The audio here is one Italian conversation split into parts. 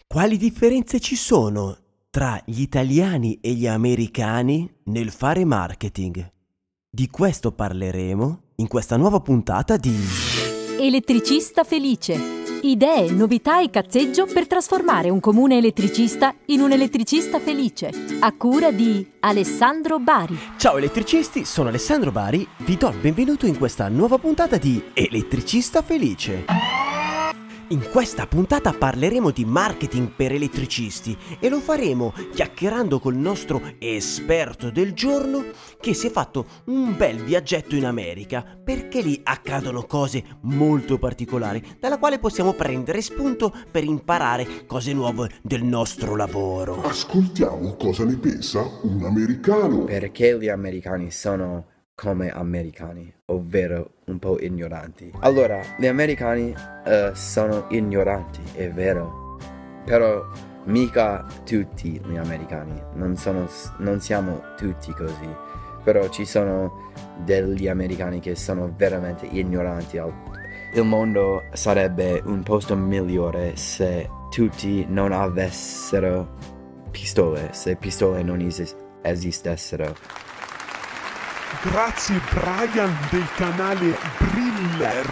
Quali differenze ci sono tra gli italiani e gli americani nel fare marketing? Di questo parleremo in questa nuova puntata di Elettricista felice. Idee, novità e cazzeggio per trasformare un comune elettricista in un elettricista felice. A cura di Alessandro Bari. Ciao elettricisti, sono Alessandro Bari, vi do il benvenuto in questa nuova puntata di Elettricista felice. In questa puntata parleremo di marketing per elettricisti e lo faremo chiacchierando col nostro esperto del giorno che si è fatto un bel viaggetto in America, perché lì accadono cose molto particolari dalla quale possiamo prendere spunto per imparare cose nuove del nostro lavoro. Ascoltiamo cosa ne pensa un americano. Perché gli americani sono come americani, ovvero un po' ignoranti. Allora, gli americani sono ignoranti, è vero, però mica tutti gli americani, non siamo tutti così, però ci sono degli americani che sono veramente ignoranti. Il mondo sarebbe un posto migliore se tutti non avessero pistole, se pistole non esistessero. Grazie Brian del canale Briller.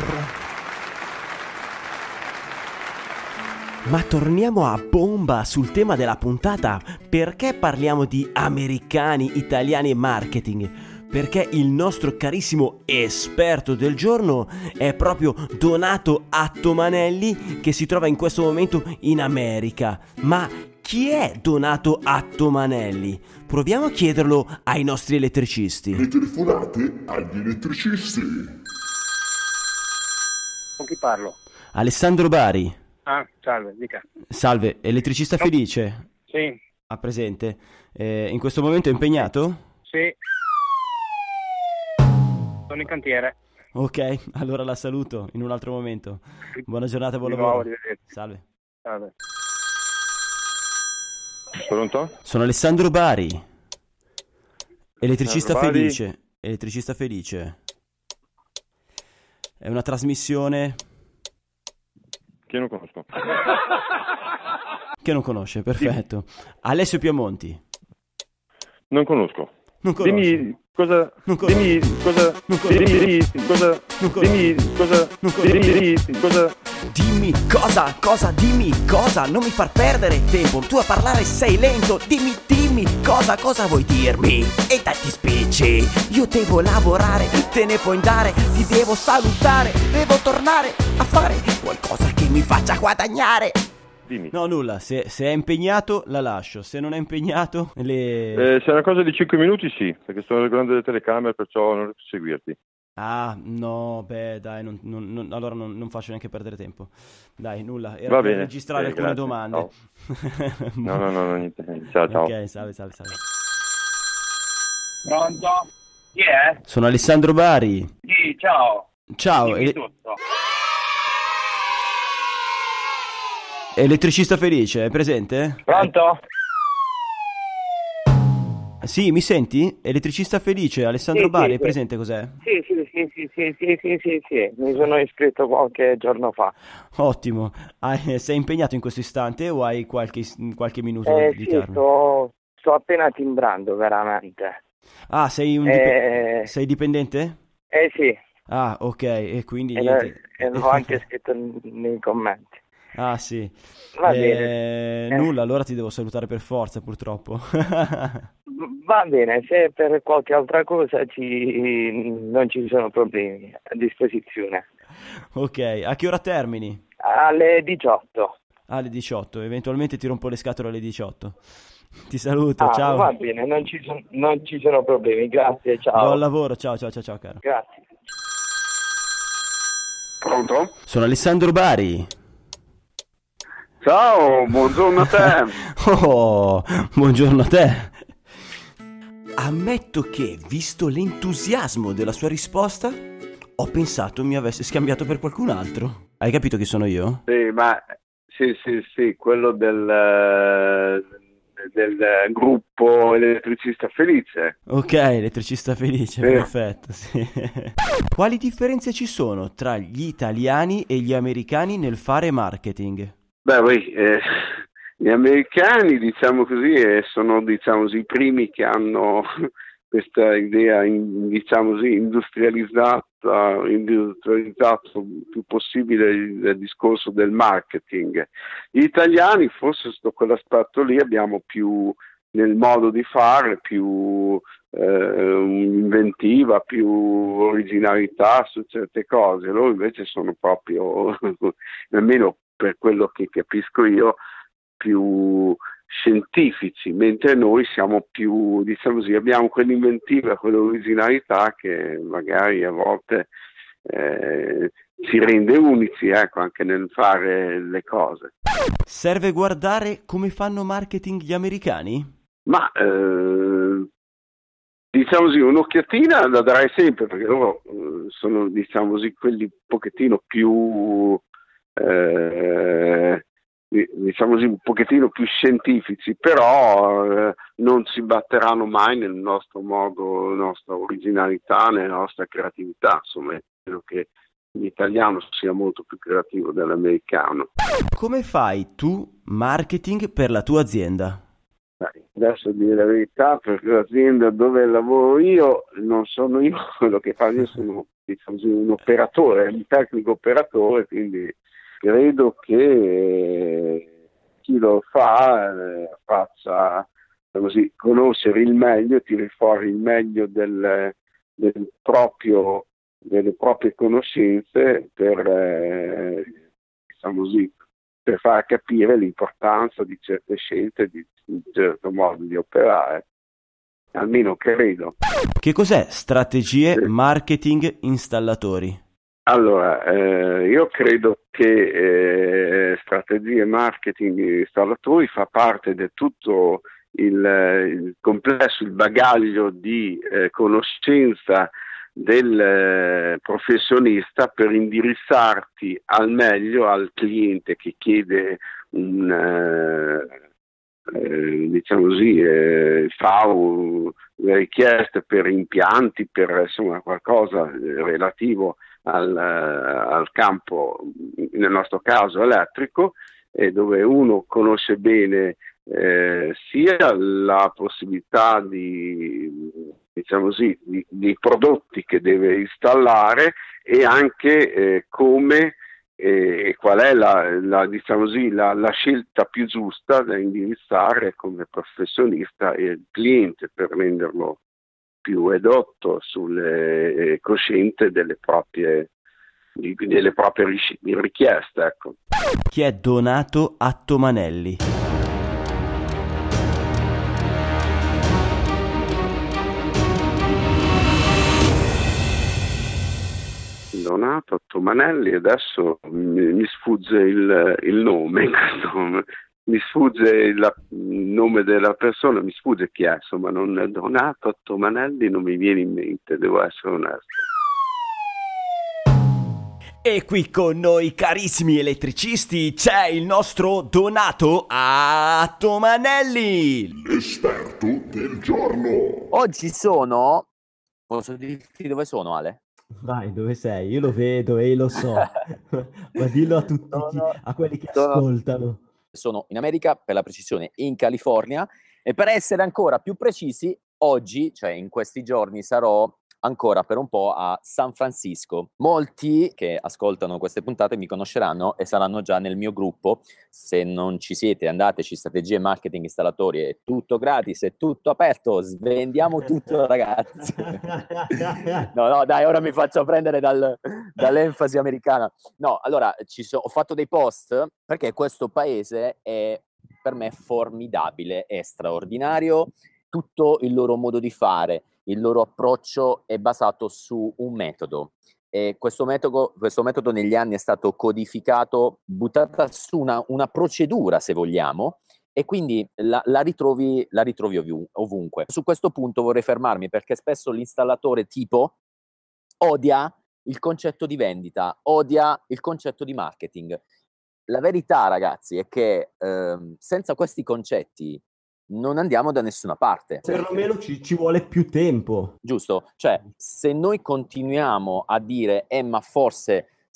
Ma torniamo a bomba sul tema della puntata. Perché parliamo di americani, italiani e marketing? Perché il nostro carissimo esperto del giorno è proprio Donato Attomanelli, che si trova in questo momento in America. Ma chi è Donato Attomanelli? Proviamo a chiederlo ai nostri elettricisti. Le telefonate agli elettricisti. Con chi parlo? Alessandro Bari. Ah, salve, dica. Salve, elettricista felice? Sì, Ha presente? In questo momento è impegnato? sì. Sono in cantiere. Ok, allora la saluto in un altro momento. Buona giornata, buon Di lavoro. nuovo, arrivederci. Salve. Salve. Pronto? Sono Alessandro Bari, elettricista Alessandro Bari. felice. Elettricista felice. È una trasmissione Che non conosco. che non conosce, perfetto. Alessio Piamonti. Non conosco. Non conosce. Dimmi cosa. Non conosco. Dimmi cosa. Non conosco. Dimmi cosa. Non conosco. Dimmi cosa. Non conosco. Dimmi cosa. Dimmi dimmi cosa, non mi far perdere tempo. Tu a parlare sei lento, dimmi cosa vuoi dirmi? E dai ti spicci, io devo lavorare, te ne puoi andare, ti devo salutare, devo tornare a fare qualcosa che mi faccia guadagnare. Dimmi. No, nulla, se è impegnato la lascio, se non è impegnato le... Se è una cosa di 5 minuti sì, perché sto regolando le telecamere, perciò non riesco a seguirti. Ah, no, beh, dai, allora non faccio neanche perdere tempo. Dai, nulla, era Va per bene, registrare alcune grazie. domande. No, niente. Ciao. Ok, salve. Pronto? Chi è? Sono Alessandro Bari. Sì, ciao. Ciao, Dimmi tutto. elettricista felice, è presente? Pronto? Sì, mi senti? Elettricista felice, Alessandro Sì, Bari, sì, è sì. presente cos'è? Sì. Mi sono iscritto qualche giorno fa. Ottimo. Sei impegnato in questo istante o hai qualche minuto di Sì, termine? sto appena timbrando, veramente. Ah, sei sei dipendente? Sì. Ah, ok, e quindi E niente. l'ho anche scritto nei commenti. Ah, sì. Va bene. Nulla, allora ti devo salutare per forza, purtroppo. Va bene, se per qualche altra cosa non ci sono problemi, a disposizione. Ok, a che ora termini? Alle 18. Alle 18, eventualmente ti rompo le scatole alle 18. Ti saluto, ciao. Va bene, non ci sono problemi, grazie, ciao. Buon lavoro, ciao caro. Grazie. Pronto? Sono Alessandro Bari. Ciao, buongiorno a te. Oh, buongiorno a te. Ammetto che, visto l'entusiasmo della sua risposta, ho pensato mi avesse scambiato per qualcun altro. Hai capito chi sono io? Sì, ma sì, quello del gruppo elettricista felice. Ok, elettricista felice, Sì. perfetto, sì. Quali differenze ci sono tra gli italiani e gli americani nel fare marketing? Beh, Gli americani, diciamo così, sono diciamo così, i primi che hanno questa idea, diciamo così, industrializzato il più possibile il discorso del marketing. Gli italiani, forse sotto quell'aspetto lì, abbiamo più nel modo di fare, più inventiva, più originalità su certe cose. Loro invece sono proprio, almeno per quello che capisco io, più scientifici, mentre noi siamo più, diciamo così, abbiamo quell'inventiva, quell'originalità che magari a volte ci rende unici, ecco, anche nel fare le cose. Serve guardare come fanno marketing gli americani? Ma diciamo così, un'occhiatina la darai sempre, perché loro sono, diciamo così, quelli un pochettino più diciamo così, un pochettino più scientifici, però non si batteranno mai nel nostro modo, nella nostra originalità, nella nostra creatività. Insomma, credo che l'italiano sia molto più creativo dell'americano. Come fai tu marketing per la tua azienda? Adesso, a dire la verità, per l'azienda dove lavoro io, non sono io quello che fa, io sono, diciamo così, un operatore, un tecnico operatore, quindi credo che chi lo fa faccia, così, conoscere il meglio, tiri fuori il meglio delle proprie conoscenze per, diciamo così, per far capire l'importanza di certe scelte, di un certo modo di operare, almeno credo. Che cos'è strategie marketing installatori? Allora, io credo che strategie marketing installatori fa parte di tutto il complesso, il bagaglio di conoscenza del professionista per indirizzarti al meglio al cliente che chiede diciamo così, fa le richieste per impianti, per insomma qualcosa relativo al campo, nel nostro caso elettrico, e dove uno conosce bene sia la possibilità diciamo così, di prodotti che deve installare e anche come e qual è diciamo così, la scelta più giusta da indirizzare come professionista e il cliente per renderlo più edotto cosciente delle proprie richieste. Ecco. Chi è Donato Attomanelli? Donato Attomanelli, adesso mi sfugge il nome, mi sfugge il nome della persona, mi sfugge chi è, insomma, Donato Attomanelli non mi viene in mente, devo essere onesto. E qui con noi, carissimi elettricisti, c'è il nostro Donato Attomanelli, L'esperto del giorno. Oggi posso dirti dove sono, Ale? Vai, dove sei? Io lo vedo e lo so, ma dillo a tutti, a quelli che ascoltano. Sono in America, per la precisione in California, e per essere ancora più precisi, oggi, cioè in questi giorni, sarò ancora per un po' a San Francisco. Molti che ascoltano queste puntate mi conosceranno e saranno già nel mio gruppo. Se non ci siete, andateci, strategie marketing installatori, è tutto gratis, è tutto aperto, svendiamo tutto, ragazzi. No, dai, ora mi faccio prendere dall'enfasi americana. No, allora, ho fatto dei post perché questo paese è per me formidabile, è straordinario, tutto il loro modo di fare, il loro approccio è basato su un metodo. E questo metodo negli anni è stato codificato, buttata su una procedura, se vogliamo, e quindi la ritrovi ovunque. Su questo punto vorrei fermarmi perché spesso l'installatore tipo odia il concetto di vendita, odia il concetto di marketing. La verità, ragazzi, è che senza questi concetti non andiamo da nessuna parte. Perlomeno ci vuole più tempo. Giusto? Cioè, se noi continuiamo a dire ma forse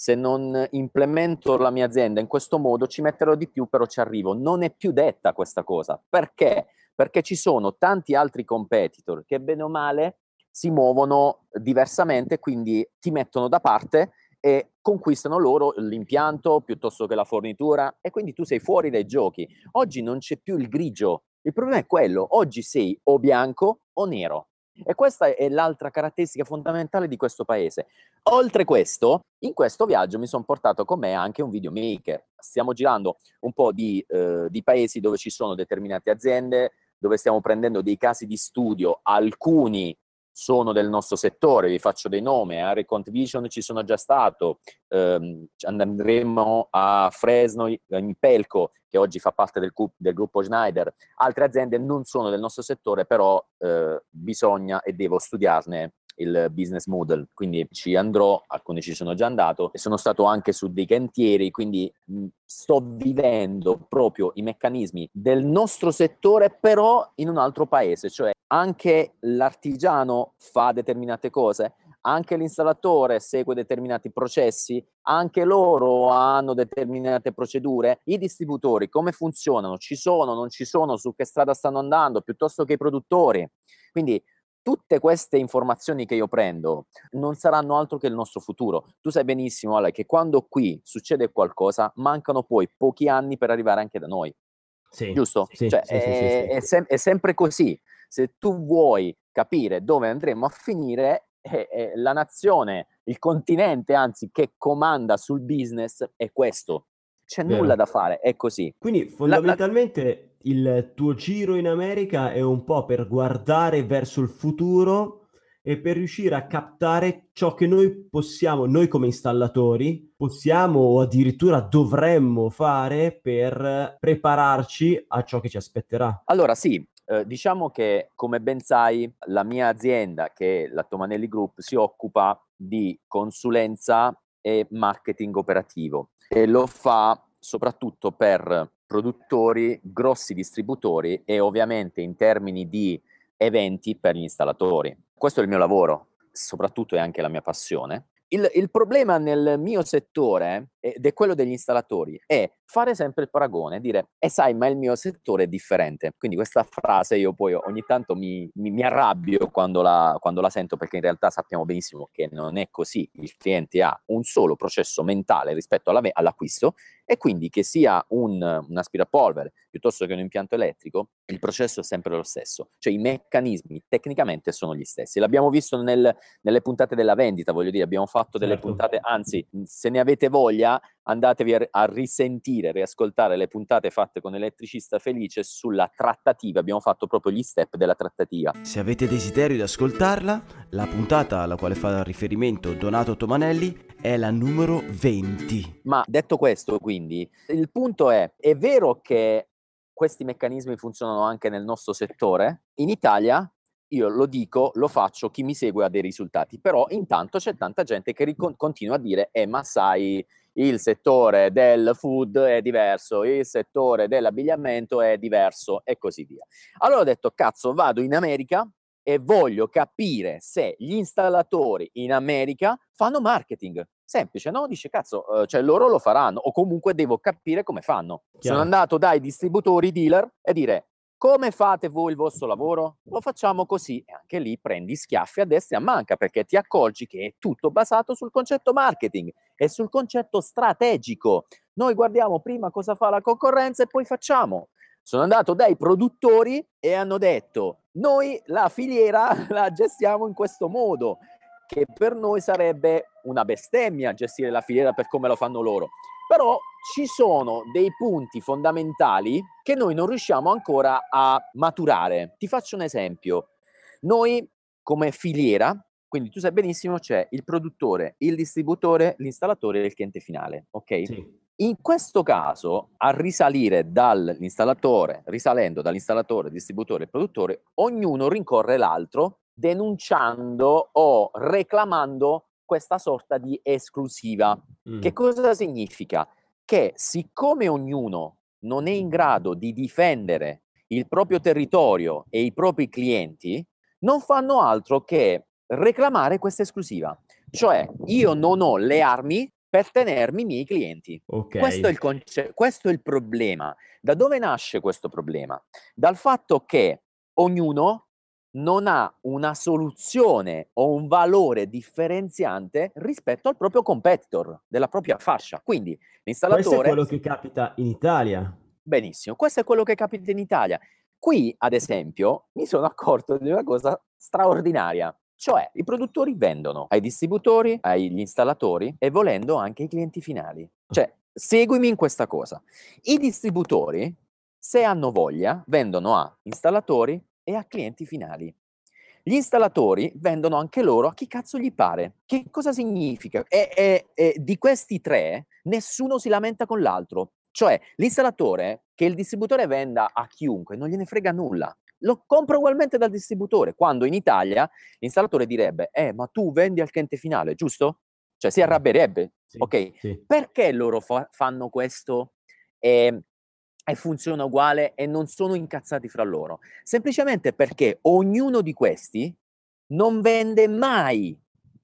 se non implemento la mia azienda in questo modo ci metterò di più, però ci arrivo. Non è più detta questa cosa. Perché? Perché ci sono tanti altri competitor che bene o male si muovono diversamente, quindi ti mettono da parte e conquistano loro l'impianto piuttosto che la fornitura, e quindi tu sei fuori dai giochi. Oggi non c'è più il grigio, il problema è quello, oggi sei o bianco o nero, e questa è l'altra caratteristica fondamentale di questo paese. Oltre questo, in questo viaggio mi sono portato con me anche un videomaker. Stiamo girando un po' di paesi dove ci sono determinate aziende, dove stiamo prendendo dei casi di studio, alcuni sono del nostro settore, vi faccio dei nomi, a Recont Vision ci sono già stato, andremo a Fresno in Pelco, che oggi fa parte del gruppo Schneider. Altre aziende non sono del nostro settore, però bisogna e devo studiarne il business model, quindi ci andrò, alcuni ci sono già andato e sono stato anche su dei cantieri, quindi sto vivendo proprio i meccanismi del nostro settore, però in un altro paese, cioè anche l'artigiano fa determinate cose, anche l'installatore segue determinati processi, anche loro hanno determinate procedure, i distributori come funzionano, ci sono, non ci sono, su che strada stanno andando, piuttosto che i produttori. Quindi tutte queste informazioni che io prendo non saranno altro che il nostro futuro. Tu sai benissimo, Ale, che quando qui succede qualcosa, mancano poi pochi anni per arrivare anche da noi. Sì, giusto? sì, Cioè, sì, sì, sì, sì. è sempre così. Se tu vuoi capire dove andremo a finire, la nazione, il continente, anzi, che comanda sul business è questo. C'è Vero. nulla da fare, è così. Quindi fondamentalmente il tuo giro in America è un po' per guardare verso il futuro e per riuscire a captare ciò che noi possiamo, noi come installatori, possiamo o addirittura dovremmo fare per prepararci a ciò che ci aspetterà. Allora sì, diciamo che come ben sai la mia azienda, che è la Tomanelli Group, si occupa di consulenza e marketing operativo e lo fa soprattutto per produttori, grossi distributori e ovviamente in termini di eventi per gli installatori. Questo è il mio lavoro, soprattutto è anche la mia passione. Il problema nel mio settore, ed è quello degli installatori, è fare sempre il paragone, dire, sai, ma il mio settore è differente. Quindi questa frase io poi ogni tanto mi arrabbio quando la sento, perché in realtà sappiamo benissimo che non è così. Il cliente ha un solo processo mentale rispetto all'acquisto, e quindi che sia un aspirapolvere piuttosto che un impianto elettrico, il processo è sempre lo stesso. Cioè i meccanismi tecnicamente sono gli stessi. L'abbiamo visto nelle puntate della vendita, voglio dire, abbiamo fatto delle puntate, anzi, se ne avete voglia, andatevi a risentire, riascoltare le puntate fatte con Elettricista Felice sulla trattativa. Abbiamo fatto proprio gli step della trattativa. Se avete desiderio di ascoltarla, la puntata alla quale fa riferimento Donato Tomanelli è la numero 20. Ma detto questo, quindi, il punto è vero che questi meccanismi funzionano anche nel nostro settore? In Italia, io lo dico, lo faccio, chi mi segue ha dei risultati, però intanto c'è tanta gente che continua a dire, ma sai, il settore del food è diverso, il settore dell'abbigliamento è diverso e così via. Allora ho detto, cazzo, vado in America e voglio capire se gli installatori in America fanno marketing. Semplice, no? Dice, cazzo, cioè loro lo faranno, o comunque devo capire come fanno. Chiaro. Sono andato dai distributori, dealer, e dire, come fate voi il vostro lavoro? Lo facciamo così, e anche lì prendi schiaffi a destra e a manca, perché ti accorgi che è tutto basato sul concetto marketing e sul concetto strategico. Noi guardiamo prima cosa fa la concorrenza e poi facciamo. Sono andato dai produttori e hanno detto, noi la filiera la gestiamo in questo modo, che per noi sarebbe una bestemmia gestire la filiera per come lo fanno loro. Però ci sono dei punti fondamentali che noi non riusciamo ancora a maturare. Ti faccio un esempio. Noi come filiera, quindi tu sai benissimo, c'è il produttore, il distributore, l'installatore e il cliente finale, ok? Sì. In questo caso, a risalire risalendo dall'installatore, distributore e produttore, ognuno rincorre l'altro denunciando o reclamando questa sorta di esclusiva. Che cosa significa? Che siccome ognuno non è in grado di difendere il proprio territorio e i propri clienti, non fanno altro che reclamare questa esclusiva. Cioè, io non ho le armi per tenermi i miei clienti. Ok. Questo è il problema. Da dove nasce questo problema? Dal fatto che ognuno non ha una soluzione o un valore differenziante rispetto al proprio competitor della propria fascia. Quindi Questo è l'installatore... quello che capita in Italia. Benissimo, questo è quello che capita in Italia. Qui, ad esempio, mi sono accorto di una cosa straordinaria. Cioè, i produttori vendono ai distributori, agli installatori e volendo anche ai clienti finali. Cioè, seguimi in questa cosa. I distributori, se hanno voglia, vendono a installatori e a clienti finali. Gli installatori vendono anche loro a chi cazzo gli pare. Che cosa significa? E di questi tre, nessuno si lamenta con l'altro. Cioè, l'installatore, che il distributore venda a chiunque, non gliene frega nulla. Lo compra ugualmente dal distributore, quando in Italia l'installatore direbbe ma tu vendi al cliente finale, giusto? Cioè si arrabbierebbe, Sì, ok? sì. Perché loro fanno questo e funziona uguale e non sono incazzati fra loro? Semplicemente perché ognuno di questi non vende mai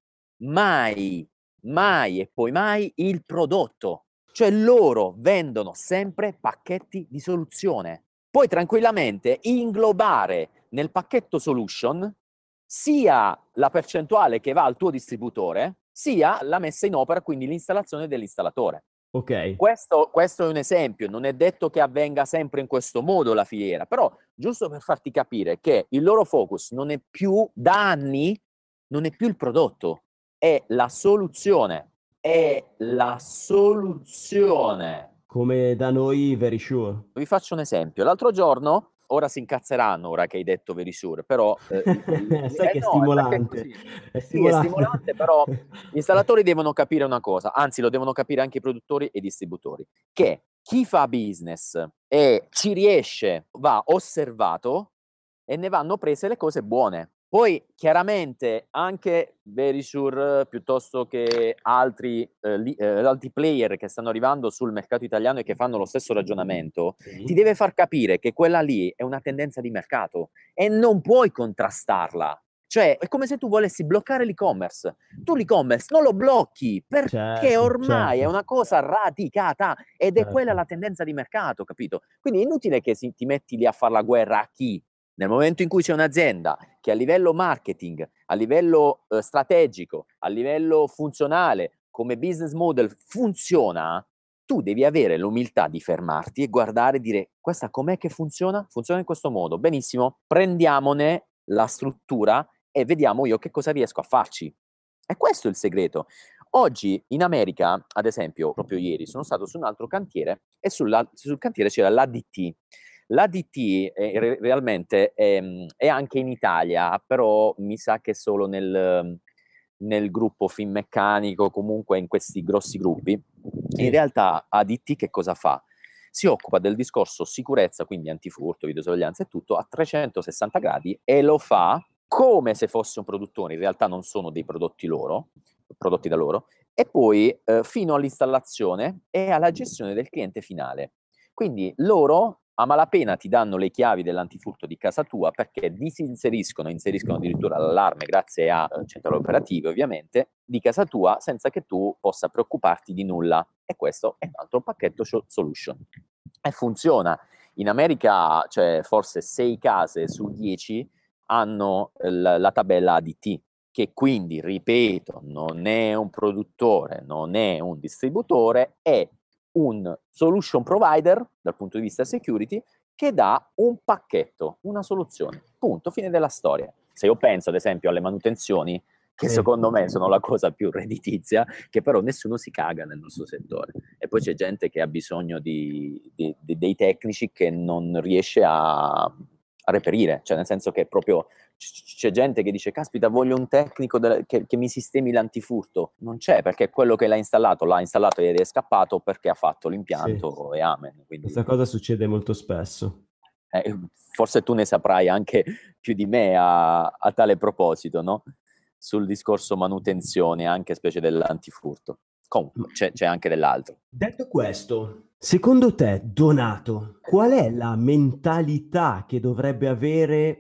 e poi mai il prodotto. Cioè loro vendono sempre pacchetti di soluzione. Puoi tranquillamente inglobare nel pacchetto solution sia la percentuale che va al tuo distributore, sia la messa in opera, quindi l'installazione dell'installatore. Ok. Questo è un esempio, non è detto che avvenga sempre in questo modo la filiera, però giusto per farti capire che il loro focus non è più, da anni, non è più il prodotto, è la soluzione. È la soluzione. Come da noi Verisure. Vi faccio un esempio. L'altro giorno, ora si incazzeranno ora che hai detto Verisure, però... Sai che è perché stimolante. così. È Sì, è stimolante. stimolante, però gli installatori devono capire una cosa, anzi lo devono capire anche i produttori e i distributori, che chi fa business e ci riesce va osservato e ne vanno prese le cose buone. Poi chiaramente anche Verisure piuttosto che altri player che stanno arrivando sul mercato italiano e che fanno lo stesso ragionamento, Sì. ti deve far capire che quella lì è una tendenza di mercato e non puoi contrastarla. Cioè è come se tu volessi bloccare l'e-commerce. Tu l'e-commerce non lo blocchi perché Certo, ormai certo. è una cosa radicata ed è Certo. quella la tendenza di mercato, capito? Quindi è inutile che ti metti lì a fare la guerra a chi. Nel momento in cui c'è un'azienda che a livello marketing, a livello strategico, a livello funzionale, come business model funziona, tu devi avere l'umiltà di fermarti e guardare e dire: questa com'è che funziona? Funziona in questo modo. Benissimo, prendiamone la struttura e vediamo io che cosa riesco a farci. E questo è il segreto. Oggi in America, ad esempio, proprio ieri sono stato su un altro cantiere e sul cantiere c'era l'ADT. L'ADT realmente è anche in Italia, però mi sa che solo nel gruppo Finmeccanico, comunque in questi grossi gruppi. Sì. In realtà ADT che cosa fa? Si occupa del discorso sicurezza, quindi antifurto, videosorveglianza e tutto, a 360 gradi e lo fa come se fosse un produttore, in realtà non sono dei prodotti da loro, e poi fino all'installazione e alla gestione del cliente finale. Quindi loro a malapena ti danno le chiavi dell'antifurto di casa tua perché inseriscono addirittura l'allarme grazie a centrali operative ovviamente di casa tua senza che tu possa preoccuparti di nulla, e questo è un altro pacchetto solution e funziona. In America cioè forse 6 case su 10 hanno la tabella ADT, che quindi, ripeto, non è un produttore, non è un distributore, è un solution provider dal punto di vista security che dà un pacchetto, una soluzione. Punto, fine della storia. Se io penso ad esempio alle manutenzioni, che secondo me sono la cosa più redditizia, che però nessuno si caga nel nostro settore. E poi c'è gente che ha bisogno dei tecnici che non riesce a reperire, cioè nel senso che proprio c'è gente che dice caspita voglio un tecnico che mi sistemi l'antifurto, non c'è perché quello che l'ha installato ed è scappato perché ha fatto l'impianto e amen. Quindi, questa cosa succede molto spesso. Forse tu ne saprai anche più di me a tale proposito, no? Sul discorso manutenzione, anche specie dell'antifurto. Comunque c'è anche dell'altro. Detto questo, secondo te, Donato, qual è la mentalità che dovrebbe avere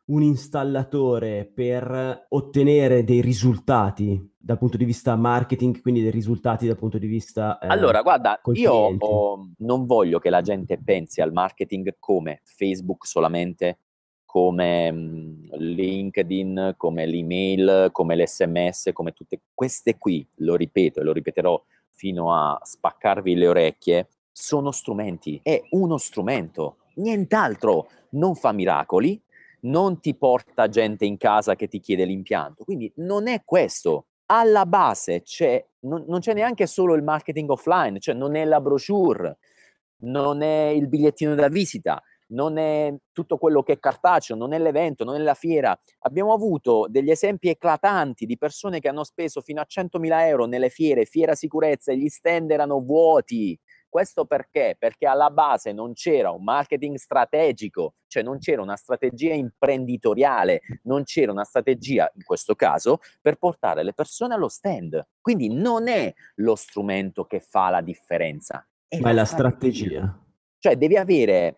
un installatore per ottenere dei risultati dal punto di vista marketing, quindi dei risultati dal punto di vista Allora, guarda, col cliente? non voglio che la gente pensi al marketing come Facebook solamente, come LinkedIn, come l'email, come l'SMS, come tutte queste qui, lo ripeto e lo ripeterò fino a spaccarvi le orecchie, sono strumenti, è uno strumento, nient'altro, non fa miracoli, non ti porta gente in casa che ti chiede l'impianto, quindi non è questo. Alla base non c'è neanche solo il marketing offline, cioè non è la brochure, non è il bigliettino da visita, non è tutto quello che è cartaceo, non è l'evento, non è la fiera. Abbiamo avuto degli esempi eclatanti di persone che hanno speso fino a 100.000 euro nelle fiere, fiera sicurezza, e gli stand erano vuoti. Questo perché? Perché alla base non c'era un marketing strategico, cioè non c'era una strategia imprenditoriale, non c'era una strategia, in questo caso, per portare le persone allo stand. Quindi non è lo strumento che fa la differenza, è Ma è la la strategia. strategia. Cioè devi avere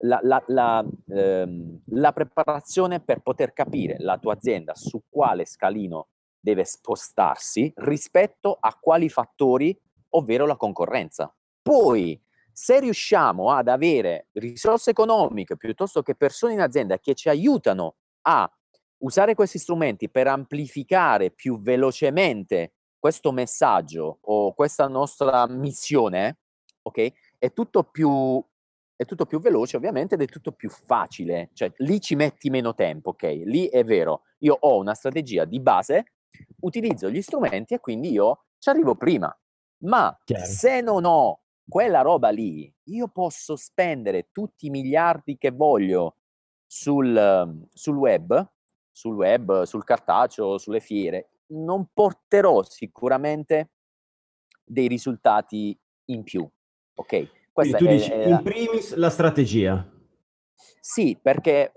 la preparazione per poter capire la tua azienda su quale scalino deve spostarsi rispetto a quali fattori, ovvero la concorrenza. Poi, se riusciamo ad avere risorse economiche piuttosto che persone in azienda che ci aiutano a usare questi strumenti per amplificare più velocemente questo messaggio o questa nostra missione, ok? È tutto più veloce ovviamente ed è tutto più facile, cioè lì ci metti meno tempo, ok? Lì è vero, io ho una strategia di base, utilizzo gli strumenti e quindi io ci arrivo prima, ma Chiaro. se non ho quella roba lì, io posso spendere tutti i miliardi che voglio sul web, sul cartaceo, sulle fiere, non porterò sicuramente dei risultati in più, ok? Quindi Questa tu dici, è in primis la strategia. Sì, perché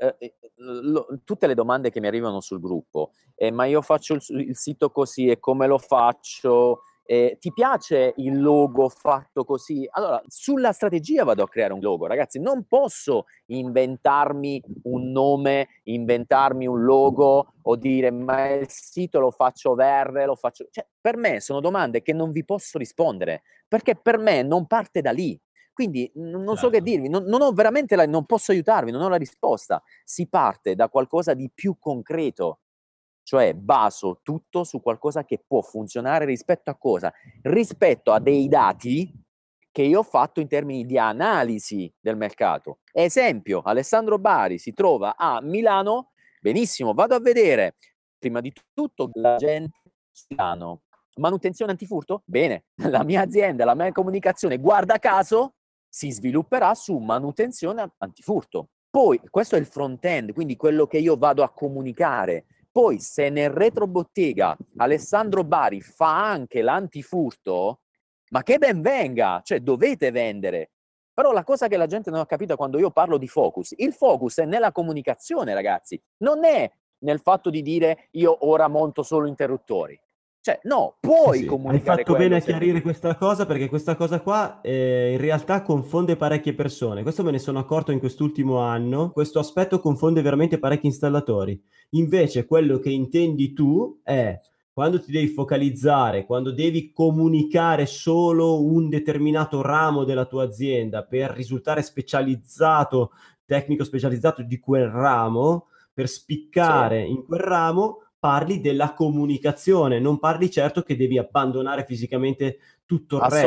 tutte le domande che mi arrivano sul gruppo, ma io faccio il sito così e come lo faccio? Ti piace il logo fatto così? Allora, sulla strategia vado a creare un logo, ragazzi. Non posso inventarmi un nome, inventarmi un logo o dire ma il sito lo faccio verde, lo faccio... Cioè, per me sono domande che non vi posso rispondere, perché per me non parte da lì. Quindi non so che dirvi, non ho veramente non posso aiutarvi, non ho la risposta. Si parte da qualcosa di più concreto, cioè baso tutto su qualcosa che può funzionare rispetto a cosa? Rispetto a dei dati che io ho fatto in termini di analisi del mercato. Esempio, Alessandro Bari si trova a Milano, benissimo, vado a vedere, prima di tutto la gente su Milano. Manutenzione antifurto? Bene, la mia azienda, la mia comunicazione, guarda caso, si svilupperà su manutenzione antifurto. Poi, questo è il front-end, quindi quello che io vado a comunicare. Poi, se nel retrobottega Alessandro Bari fa anche l'antifurto, ma che ben venga, cioè dovete vendere. Però la cosa che la gente non ha capito quando io parlo di focus, il focus è nella comunicazione, ragazzi, non è nel fatto di dire io ora monto solo interruttori. Cioè, no, puoi Sì. Hai comunicare fatto bene quello a se chiarire questa cosa, perché questa cosa qua in realtà confonde parecchie persone. Questo me ne sono accorto in quest'ultimo anno. Questo aspetto confonde veramente parecchi installatori. Invece quello che intendi tu è quando ti devi focalizzare, quando devi comunicare solo un determinato ramo della tua azienda per risultare specializzato, tecnico specializzato di quel ramo, per spiccare in quel ramo, parli della comunicazione, non parli certo che devi abbandonare fisicamente tutto il resto.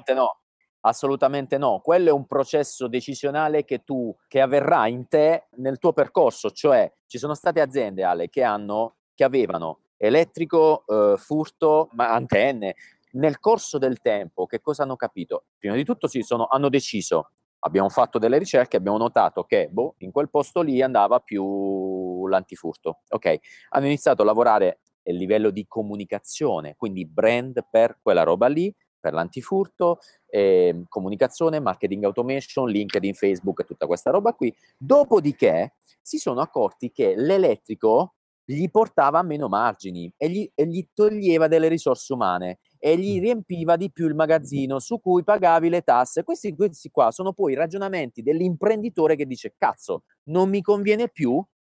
Assolutamente no. Quello è un processo decisionale che avverrà in te nel tuo percorso, cioè ci sono state aziende, Ale, che avevano elettrico, furto, ma antenne. Nel corso del tempo, che cosa hanno capito? Prima di tutto hanno deciso, abbiamo fatto delle ricerche, abbiamo notato che in quel posto lì andava più l'antifurto. Ok, hanno iniziato a lavorare a livello di comunicazione, quindi brand per quella roba lì, per l'antifurto, comunicazione, marketing automation, LinkedIn, Facebook e tutta questa roba qui. Dopodiché si sono accorti che l'elettrico gli portava meno margini e gli toglieva delle risorse umane e gli riempiva di più il magazzino su cui pagavi le tasse. Questi qua sono poi i ragionamenti dell'imprenditore che dice cazzo, non mi conviene più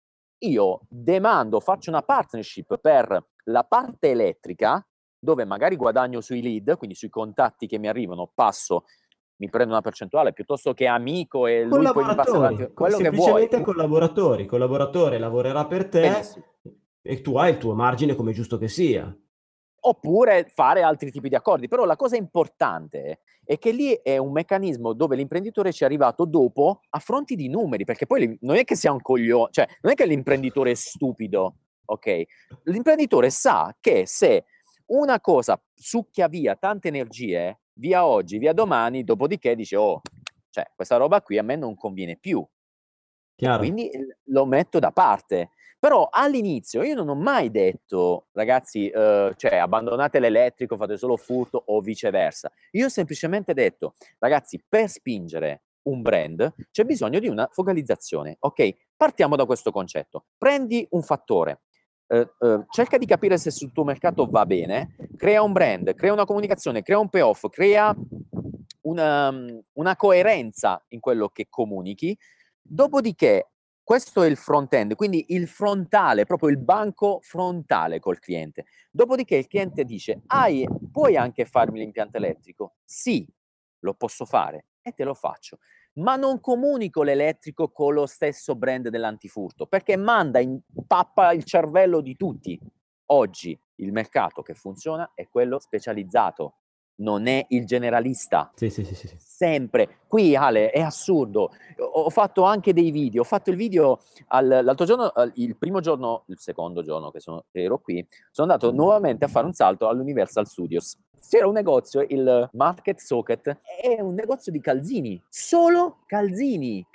io demando, faccio una partnership per la parte elettrica, dove magari guadagno sui lead, quindi sui contatti che mi arrivano, mi prendo una percentuale, piuttosto che amico e lui poi mi passa avanti quello che vuoi. Semplicemente collaboratori. Il collaboratore lavorerà per te Benissimo. e tu hai il tuo margine come è giusto che sia. Oppure fare altri tipi di accordi. Però la cosa importante è che lì è un meccanismo dove l'imprenditore ci è arrivato dopo a fronti di numeri, perché poi non è che sia un coglione, cioè non è che l'imprenditore è stupido, ok? L'imprenditore sa che se una cosa succhia via tante energie, via oggi, via domani, dopodiché dice, cioè questa roba qui a me non conviene più. Chiaro. Quindi lo metto da parte. Però all'inizio io non ho mai detto, ragazzi, cioè abbandonate l'elettrico, fate solo furto o viceversa. Io ho semplicemente detto, ragazzi, per spingere un brand c'è bisogno di una focalizzazione, ok? Partiamo da questo concetto. Prendi un fattore, cerca di capire se sul tuo mercato va bene, crea un brand, crea una comunicazione, crea un payoff, crea una coerenza in quello che comunichi. Dopodiché, questo è il front-end, quindi il frontale, proprio il banco frontale col cliente. Dopodiché il cliente dice, puoi anche farmi l'impianto elettrico? Sì, lo posso fare e te lo faccio. Ma non comunico l'elettrico con lo stesso brand dell'antifurto, perché manda in pappa il cervello di tutti. Oggi il mercato che funziona è quello specializzato, non è il generalista. Sì. Sempre. Qui, Ale, è assurdo. Ho fatto anche dei video. Ho fatto il video l'altro giorno, il secondo giorno che ero qui, sono andato nuovamente a fare un salto all'Universal Studios. C'era un negozio, il Market Socket, è un negozio di calzini. Solo calzini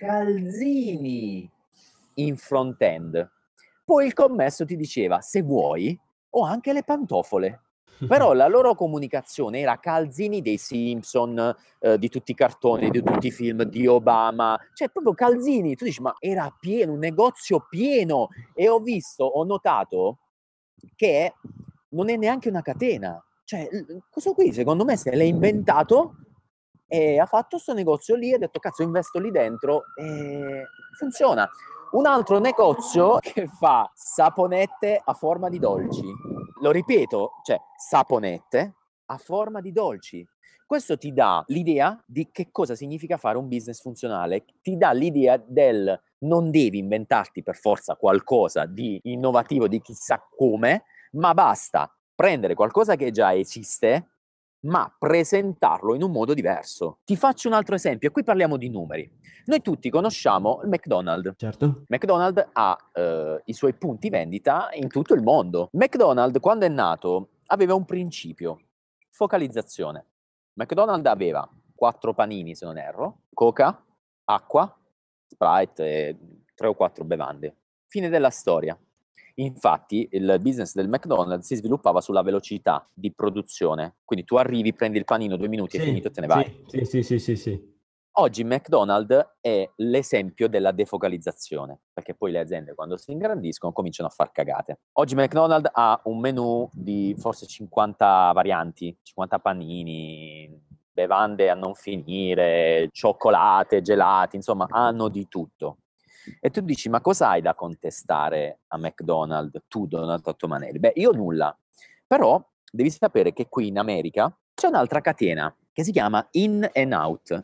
in front-end. Poi il commesso ti diceva, se vuoi, ho anche le pantofole. Però la loro comunicazione era calzini dei Simpson, di tutti i cartoni, di tutti i film, di Obama, cioè proprio calzini. Tu dici, ma era pieno, un negozio pieno. E ho notato che non è neanche una catena. Cioè, questo qui, secondo me, se l'è inventato e ha fatto sto negozio lì e ha detto, cazzo, investo lì dentro e funziona. Un altro negozio che fa saponette a forma di dolci. Lo ripeto, cioè saponette a forma di dolci. Questo ti dà l'idea di che cosa significa fare un business funzionale, ti dà l'idea del non devi inventarti per forza qualcosa di innovativo, di chissà come, ma basta prendere qualcosa che già esiste, ma presentarlo in un modo diverso. Ti faccio un altro esempio, e qui parliamo di numeri. Noi tutti conosciamo il McDonald's. Certo. McDonald's ha i suoi punti vendita in tutto il mondo. McDonald's, quando è nato, aveva un principio: focalizzazione. McDonald's aveva 4 panini, se non erro, Coca, acqua, Sprite e 3 o 4 bevande. Fine della storia. Infatti il business del McDonald's si sviluppava sulla velocità di produzione. Quindi tu arrivi, prendi il panino, 2 minuti, è finito e te ne vai. Sì. Oggi McDonald's è l'esempio della defocalizzazione, perché poi le aziende quando si ingrandiscono cominciano a far cagate. Oggi McDonald's ha un menù di forse 50 varianti, 50 panini, bevande a non finire, cioccolate, gelati, insomma hanno di tutto. E tu dici, ma cosa hai da contestare a McDonald's, tu Donato Tomanelli? Beh, io nulla, però devi sapere che qui in America c'è un'altra catena che si chiama In-N-Out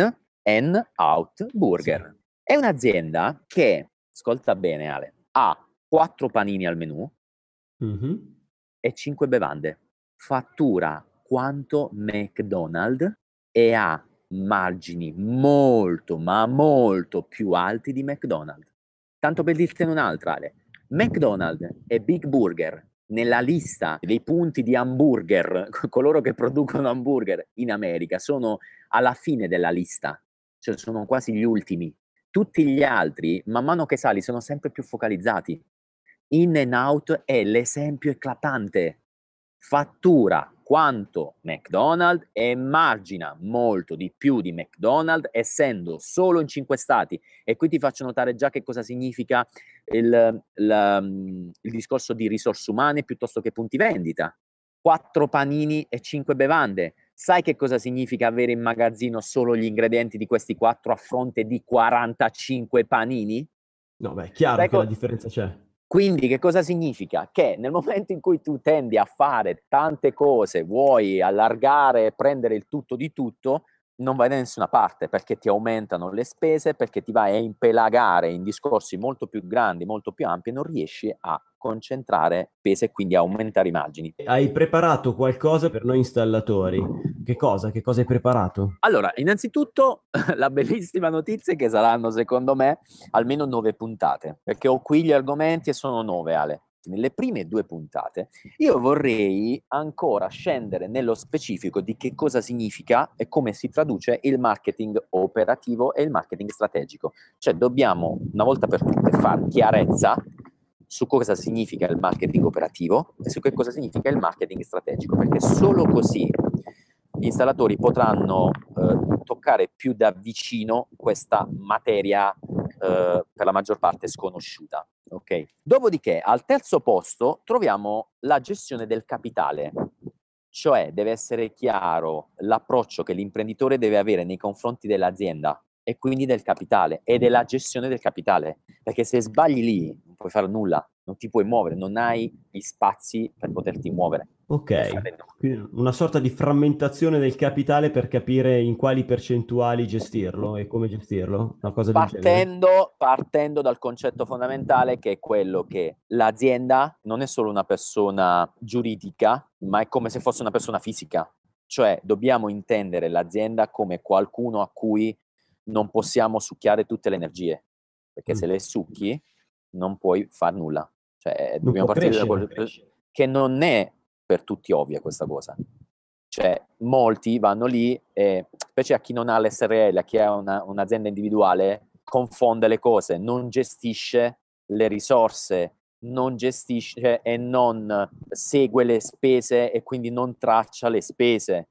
Burger. Sì. È un'azienda che, ascolta bene Ale, ha 4 panini al menù e 5 bevande. Fattura quanto McDonald's e ha margini molto, ma molto più alti di McDonald's. Tanto per dirtene un'altra, Ale, McDonald's e Big Burger nella lista dei punti di hamburger, coloro che producono hamburger in America, sono alla fine della lista, cioè sono quasi gli ultimi. Tutti gli altri, man mano che sali, sono sempre più focalizzati. In-N-Out è l'esempio eclatante. Fattura quanto McDonald's e margina molto di più di McDonald's, essendo solo in 5 stati. E qui ti faccio notare già che cosa significa il discorso di risorse umane piuttosto che punti vendita. 4 panini e 5 bevande. Sai che cosa significa avere in magazzino solo gli ingredienti di questi 4 a fronte di 45 panini? No, beh, è chiaro che la differenza c'è. Quindi che cosa significa? Che nel momento in cui tu tendi a fare tante cose, vuoi allargare, prendere il tutto di tutto, non vai da nessuna parte, perché ti aumentano le spese, perché ti vai a impelagare in discorsi molto più grandi, molto più ampi, e non riesci a concentrare spese e quindi a aumentare i margini. Hai preparato qualcosa per noi installatori? Che cosa? Che cosa hai preparato? Allora, innanzitutto la bellissima notizia è che saranno, secondo me, almeno 9 puntate, perché ho qui gli argomenti e sono 9, Ale. Nelle prime 2 puntate io vorrei ancora scendere nello specifico di che cosa significa e come si traduce il marketing operativo e il marketing strategico. Cioè dobbiamo, una volta per tutte, fare chiarezza su cosa significa il marketing operativo e su che cosa significa il marketing strategico, perché solo così gli installatori potranno toccare più da vicino questa materia per la maggior parte sconosciuta. Okay? Dopodiché, al terzo posto troviamo la gestione del capitale, cioè deve essere chiaro l'approccio che l'imprenditore deve avere nei confronti dell'azienda e quindi del capitale e della gestione del capitale, perché se sbagli lì non puoi fare nulla, non ti puoi muovere, non hai gli spazi per poterti muovere. Ok, quindi una sorta di frammentazione del capitale per capire in quali percentuali gestirlo e come gestirlo, una cosa del genere. Partendo dal concetto fondamentale che è quello che l'azienda non è solo una persona giuridica, ma è come se fosse una persona fisica, cioè dobbiamo intendere l'azienda come qualcuno a cui non possiamo succhiare tutte le energie, perché se le succhi non puoi far nulla. Cioè, Non dobbiamo può partire da crescere. quello che non è per tutti ovvia questa cosa. Cioè, molti vanno lì e, specie a chi non ha l'SRL, a chi ha un'azienda individuale, confonde le cose, non gestisce le risorse, non gestisce e non segue le spese e quindi non traccia le spese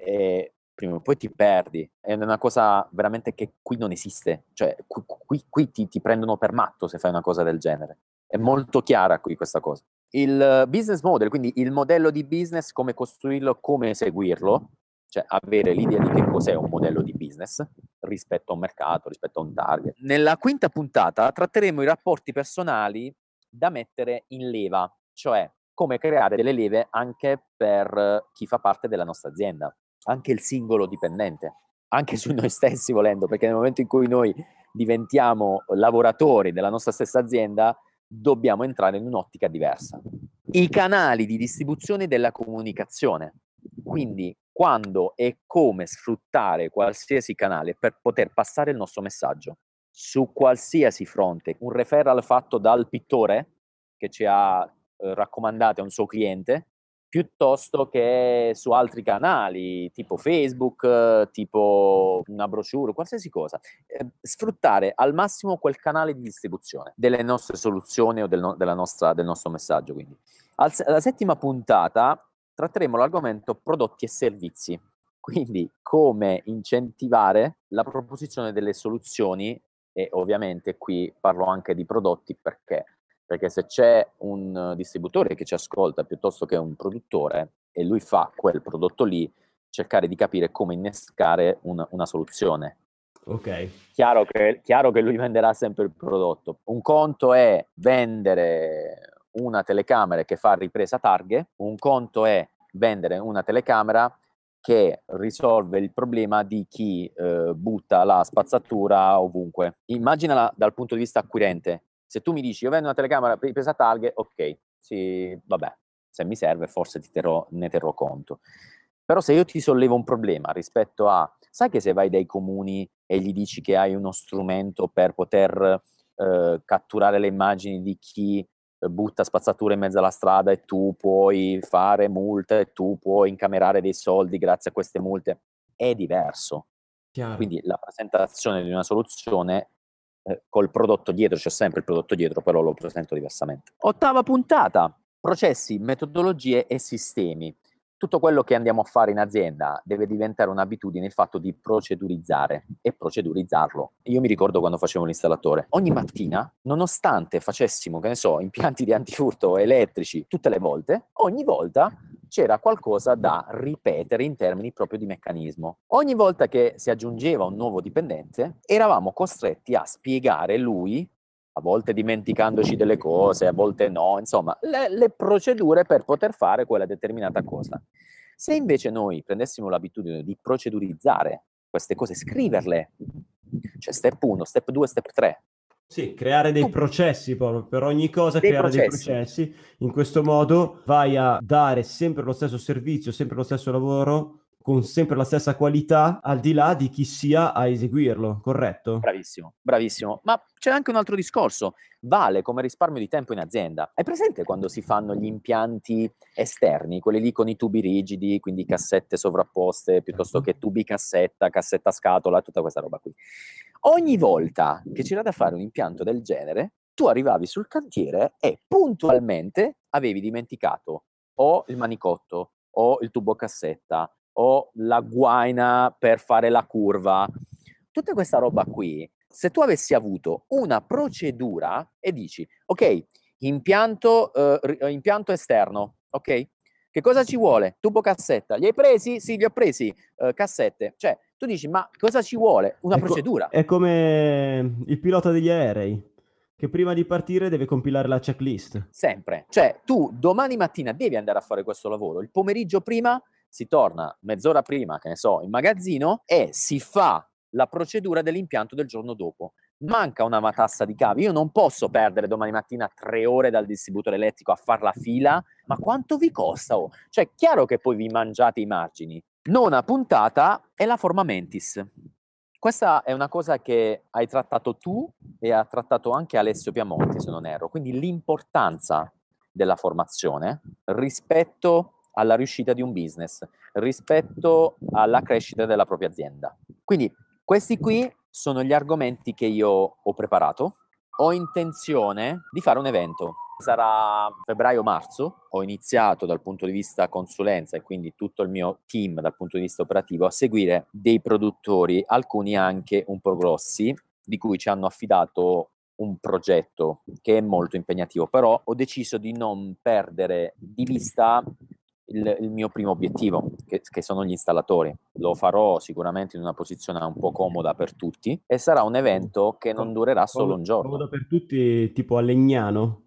e prima o poi ti perdi. È una cosa veramente che qui non esiste. Cioè, qui ti prendono per matto se fai una cosa del genere. È molto chiara qui questa cosa. Il business model, quindi il modello di business, come costruirlo, come eseguirlo, cioè avere l'idea di che cos'è un modello di business rispetto a un mercato, rispetto a un target. Nella quinta puntata tratteremo i rapporti personali da mettere in leva, cioè come creare delle leve anche per chi fa parte della nostra azienda, anche il singolo dipendente, anche su noi stessi volendo, perché nel momento in cui noi diventiamo lavoratori della nostra stessa azienda, dobbiamo entrare in un'ottica diversa. I canali di distribuzione della comunicazione, quindi quando e come sfruttare qualsiasi canale per poter passare il nostro messaggio su qualsiasi fronte. Un referral fatto dal pittore che ci ha raccomandato a un suo cliente, piuttosto che su altri canali, tipo Facebook, tipo una brochure, qualsiasi cosa. Sfruttare al massimo quel canale di distribuzione delle nostre soluzioni o del nostro messaggio. Quindi. Alla settima puntata tratteremo l'argomento prodotti e servizi, quindi come incentivare la proposizione delle soluzioni e ovviamente qui parlo anche di prodotti perché se c'è un distributore che ci ascolta piuttosto che un produttore e lui fa quel prodotto lì, cercare di capire come innescare una soluzione. Ok. Chiaro che lui venderà sempre il prodotto. Un conto è vendere una telecamera che fa ripresa targhe, un conto è vendere una telecamera che risolve il problema di chi butta la spazzatura ovunque. Immaginala dal punto di vista acquirente. Se tu mi dici io vendo una telecamera ripresa targhe, ok, sì, vabbè, se mi serve forse ne terrò conto. Però se io ti sollevo un problema rispetto a, sai che se vai dai comuni e gli dici che hai uno strumento per poter catturare le immagini di chi butta spazzatura in mezzo alla strada e tu puoi fare multe e tu puoi incamerare dei soldi grazie a queste multe, è diverso. Chiaro. Quindi la presentazione di una soluzione col prodotto dietro, c'è sempre il prodotto dietro, però lo presento diversamente. Ottava puntata, processi, metodologie e sistemi. Tutto quello che andiamo a fare in azienda deve diventare un'abitudine, il fatto di procedurizzare e procedurizzarlo. Io mi ricordo quando facevo l'installatore, ogni mattina, nonostante facessimo, che ne so, impianti di antifurto elettrici tutte le volte, ogni volta c'era qualcosa da ripetere in termini proprio di meccanismo. Ogni volta che si aggiungeva un nuovo dipendente, eravamo costretti a spiegare lui a volte dimenticandoci delle cose, a volte no, insomma, le procedure per poter fare quella determinata cosa. Se invece noi prendessimo l'abitudine di procedurizzare queste cose, scriverle, cioè step 1, step 2, step 3. Sì, creare dei processi proprio, per ogni cosa dei processi. In questo modo vai a dare sempre lo stesso servizio, sempre lo stesso lavoro, con sempre la stessa qualità, al di là di chi sia a eseguirlo, corretto? Bravissimo, bravissimo. Ma c'è anche un altro discorso, vale come risparmio di tempo in azienda. Hai presente quando si fanno gli impianti esterni, quelli lì con i tubi rigidi, quindi cassette sovrapposte, piuttosto che tubi cassetta scatola, tutta questa roba qui. Ogni volta che c'era da fare un impianto del genere, tu arrivavi sul cantiere e puntualmente avevi dimenticato o il manicotto, o il tubo cassetta, o la guaina per fare la curva. Tutta questa roba qui, se tu avessi avuto una procedura e dici, ok, impianto esterno, ok? Che cosa ci vuole? Tubo cassetta. Li hai presi? Sì, li ho presi. Cassette. Cioè, tu dici, ma cosa ci vuole? Una procedura. È come il pilota degli aerei, che prima di partire deve compilare la checklist. Sempre. Cioè, tu domani mattina devi andare a fare questo lavoro. Il pomeriggio prima si torna mezz'ora prima, che ne so, in magazzino e si fa la procedura dell'impianto del giorno dopo. Manca una matassa di cavi. Io non posso perdere domani mattina 3 ore dal distributore elettrico a far la fila. Ma quanto vi costa? Oh? Cioè, chiaro che poi vi mangiate i margini. Nona puntata è la forma mentis. Questa è una cosa che hai trattato tu e ha trattato anche Alessio Piamonti, se non erro. Quindi l'importanza della formazione rispetto alla riuscita di un business, rispetto alla crescita della propria azienda. Quindi questi qui sono gli argomenti che io ho preparato. Ho intenzione di fare un evento. Sarà febbraio-marzo. Ho iniziato dal punto di vista consulenza e quindi tutto il mio team dal punto di vista operativo a seguire dei produttori, alcuni anche un po' grossi, di cui ci hanno affidato un progetto che è molto impegnativo, però ho deciso di non perdere di vista il mio primo obiettivo, che sono gli installatori. Lo farò sicuramente in una posizione un po' comoda per tutti e sarà un evento che non durerà solo un giorno. Comoda per tutti, tipo a Legnano?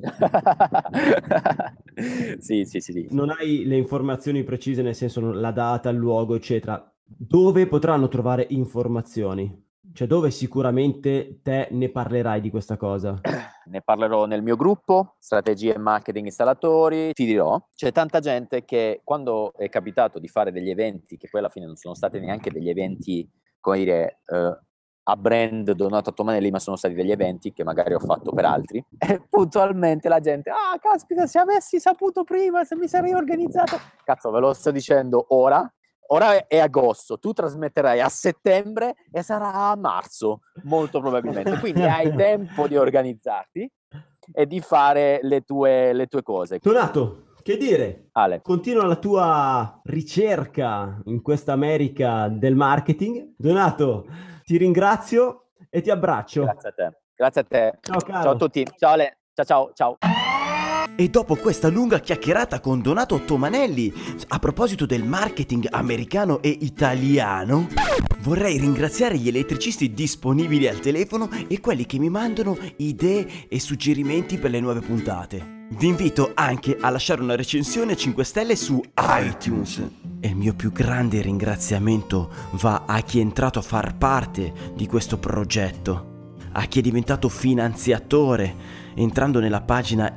Sì. Non hai le informazioni precise, nel senso la data, il luogo, eccetera. Dove potranno trovare informazioni? Cioè, dove sicuramente te ne parlerai di questa cosa? Ne parlerò nel mio gruppo, strategie e marketing installatori. Ti dirò, c'è tanta gente che quando è capitato di fare degli eventi, che poi alla fine non sono stati neanche degli eventi, come dire, a brand Donato Tomanelli, ma sono stati degli eventi che magari ho fatto per altri, e puntualmente la gente, caspita, se avessi saputo prima, se mi sarei organizzato. Cazzo, ve lo sto dicendo ora è agosto, tu trasmetterai a settembre e sarà a marzo, molto probabilmente, quindi hai tempo di organizzarti e di fare le tue cose. Donato, che dire? Ale. Continua la tua ricerca in questa America del marketing. Donato, ti ringrazio e ti abbraccio. Grazie a te. Ciao caro. Ciao a tutti. Ciao Ale. Ciao. E dopo questa lunga chiacchierata con Donato Tomanelli a proposito del marketing americano e italiano, vorrei ringraziare gli elettricisti disponibili al telefono e quelli che mi mandano idee e suggerimenti per le nuove puntate. Vi invito anche a lasciare una recensione 5 stelle su iTunes. E il mio più grande ringraziamento va a chi è entrato a far parte di questo progetto, a chi è diventato finanziatore entrando nella pagina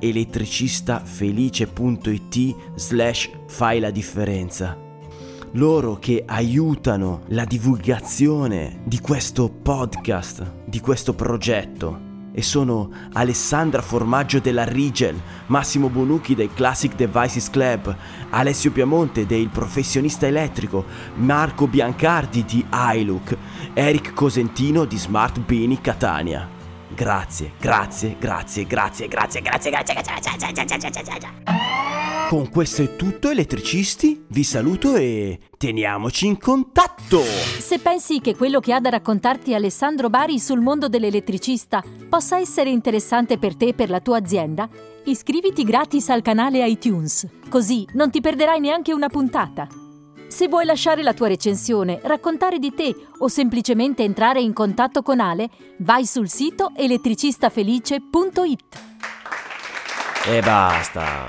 elettricistafelice.it/fai la differenza. Loro che aiutano la divulgazione di questo podcast, di questo progetto. E sono Alessandra Formaggio della Rigel, Massimo Bonucchi del Classic Devices Club, Alessio Piamonte del Professionista Elettrico, Marco Biancardi di iLook, Eric Cosentino di Smart Bini Catania. Grazie. Con questo è tutto, elettricisti, vi saluto e teniamoci in contatto! Se pensi che quello che ha da raccontarti Alessandro Bari sul mondo dell'elettricista possa essere interessante per te e per la tua azienda, iscriviti gratis al canale iTunes, così non ti perderai neanche una puntata. Se vuoi lasciare la tua recensione, raccontare di te o semplicemente entrare in contatto con Ale, vai sul sito elettricistafelice.it. E basta.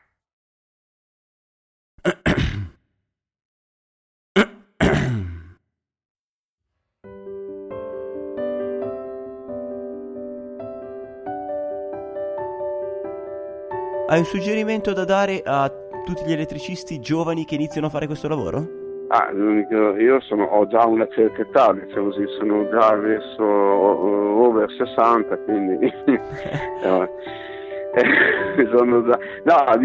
Hai un suggerimento da dare a tutti gli elettricisti giovani che iniziano a fare questo lavoro? Io ho già una certa età, diciamo così, sono già verso over 60, quindi sono già, no,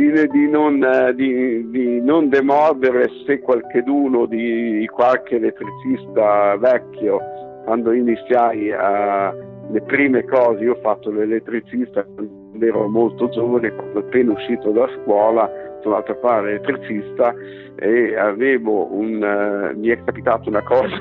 di non demordere se qualcheduno di qualche elettricista vecchio, quando iniziai le prime cose, io ho fatto l'elettricista quando ero molto giovane, quando appena uscito da scuola sono andato a fare l'elettricista e mi è capitata una cosa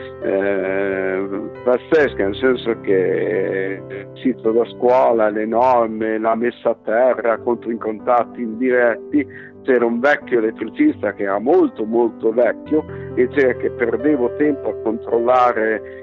pazzesca, nel senso che uscito da scuola, le norme, la messa a terra contro i contatti indiretti, c'era un vecchio elettricista che era molto molto vecchio e c'era che perdevo tempo a controllare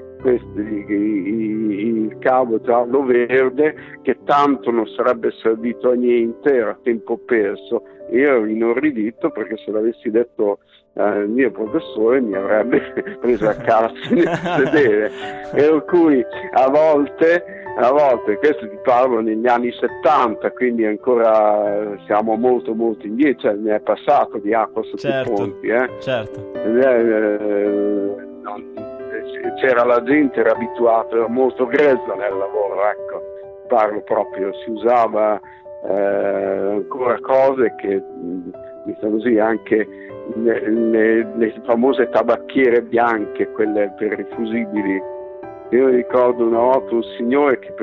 il cavo giallo-verde, che tanto non sarebbe servito a niente, era tempo perso. Io ero inorridito perché se l'avessi detto al mio professore mi avrebbe preso a calci nel sedere. Per cui a volte, questo ti parlo negli anni 70, quindi ancora siamo molto molto indietro, cioè ne è passato di acqua sotto i ponti. Certo. C'era la gente, era abituata, era molto grezza nel lavoro, ecco, parlo proprio, si usava ancora cose che, diciamo così, anche le famose tabacchiere bianche, quelle per i fusibili. Io ricordo una volta un signore che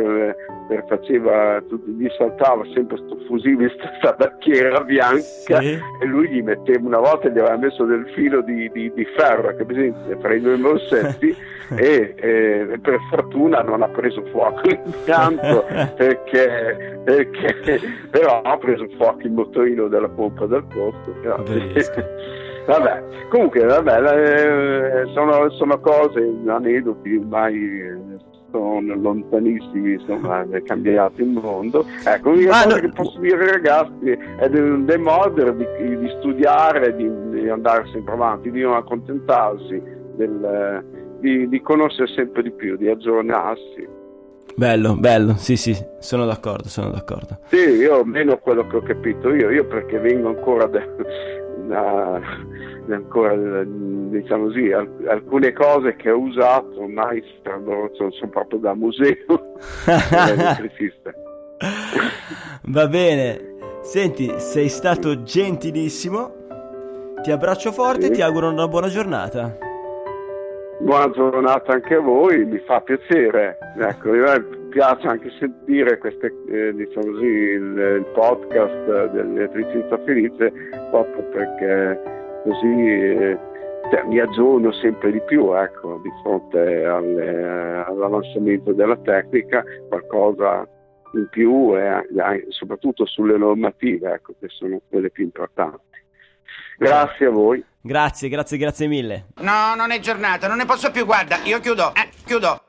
gli saltava sempre sto fusibile, sta tabacchiera bianca, sì, e lui gli metteva, una volta gli aveva messo del filo di ferro, che presente, fra i due morsetti, e per fortuna non ha preso fuoco l'impianto perché però ha preso fuoco il motorino della pompa del posto. Vabbè, comunque sono cose, aneddoti, ormai sono lontanissimi, insomma, è cambiato il mondo. Ecco, l'unica cosa che posso dire ai ragazzi è di demordere, di studiare, di andare sempre avanti, di non accontentarsi, di conoscere sempre di più, di aggiornarsi. Bello, sì, sono d'accordo. Sì, io almeno quello che ho capito io perché vengo ancora diciamo così, alcune cose che ho usato ormai sono proprio da museo elettricista. Va bene, senti, sei stato gentilissimo, ti abbraccio forte, sì. Ti auguro una buona giornata. Buona giornata anche a voi, mi fa piacere, ecco, mi piace anche sentire queste, diciamo così, il podcast dell'Elettricista Felice, proprio perché così mi aggiorno sempre di più, ecco, di fronte all'avanzamento della tecnica, qualcosa in più e soprattutto sulle normative, ecco, che sono quelle più importanti. Grazie a voi. Grazie mille. No, non è giornata, non ne posso più, guarda, io chiudo.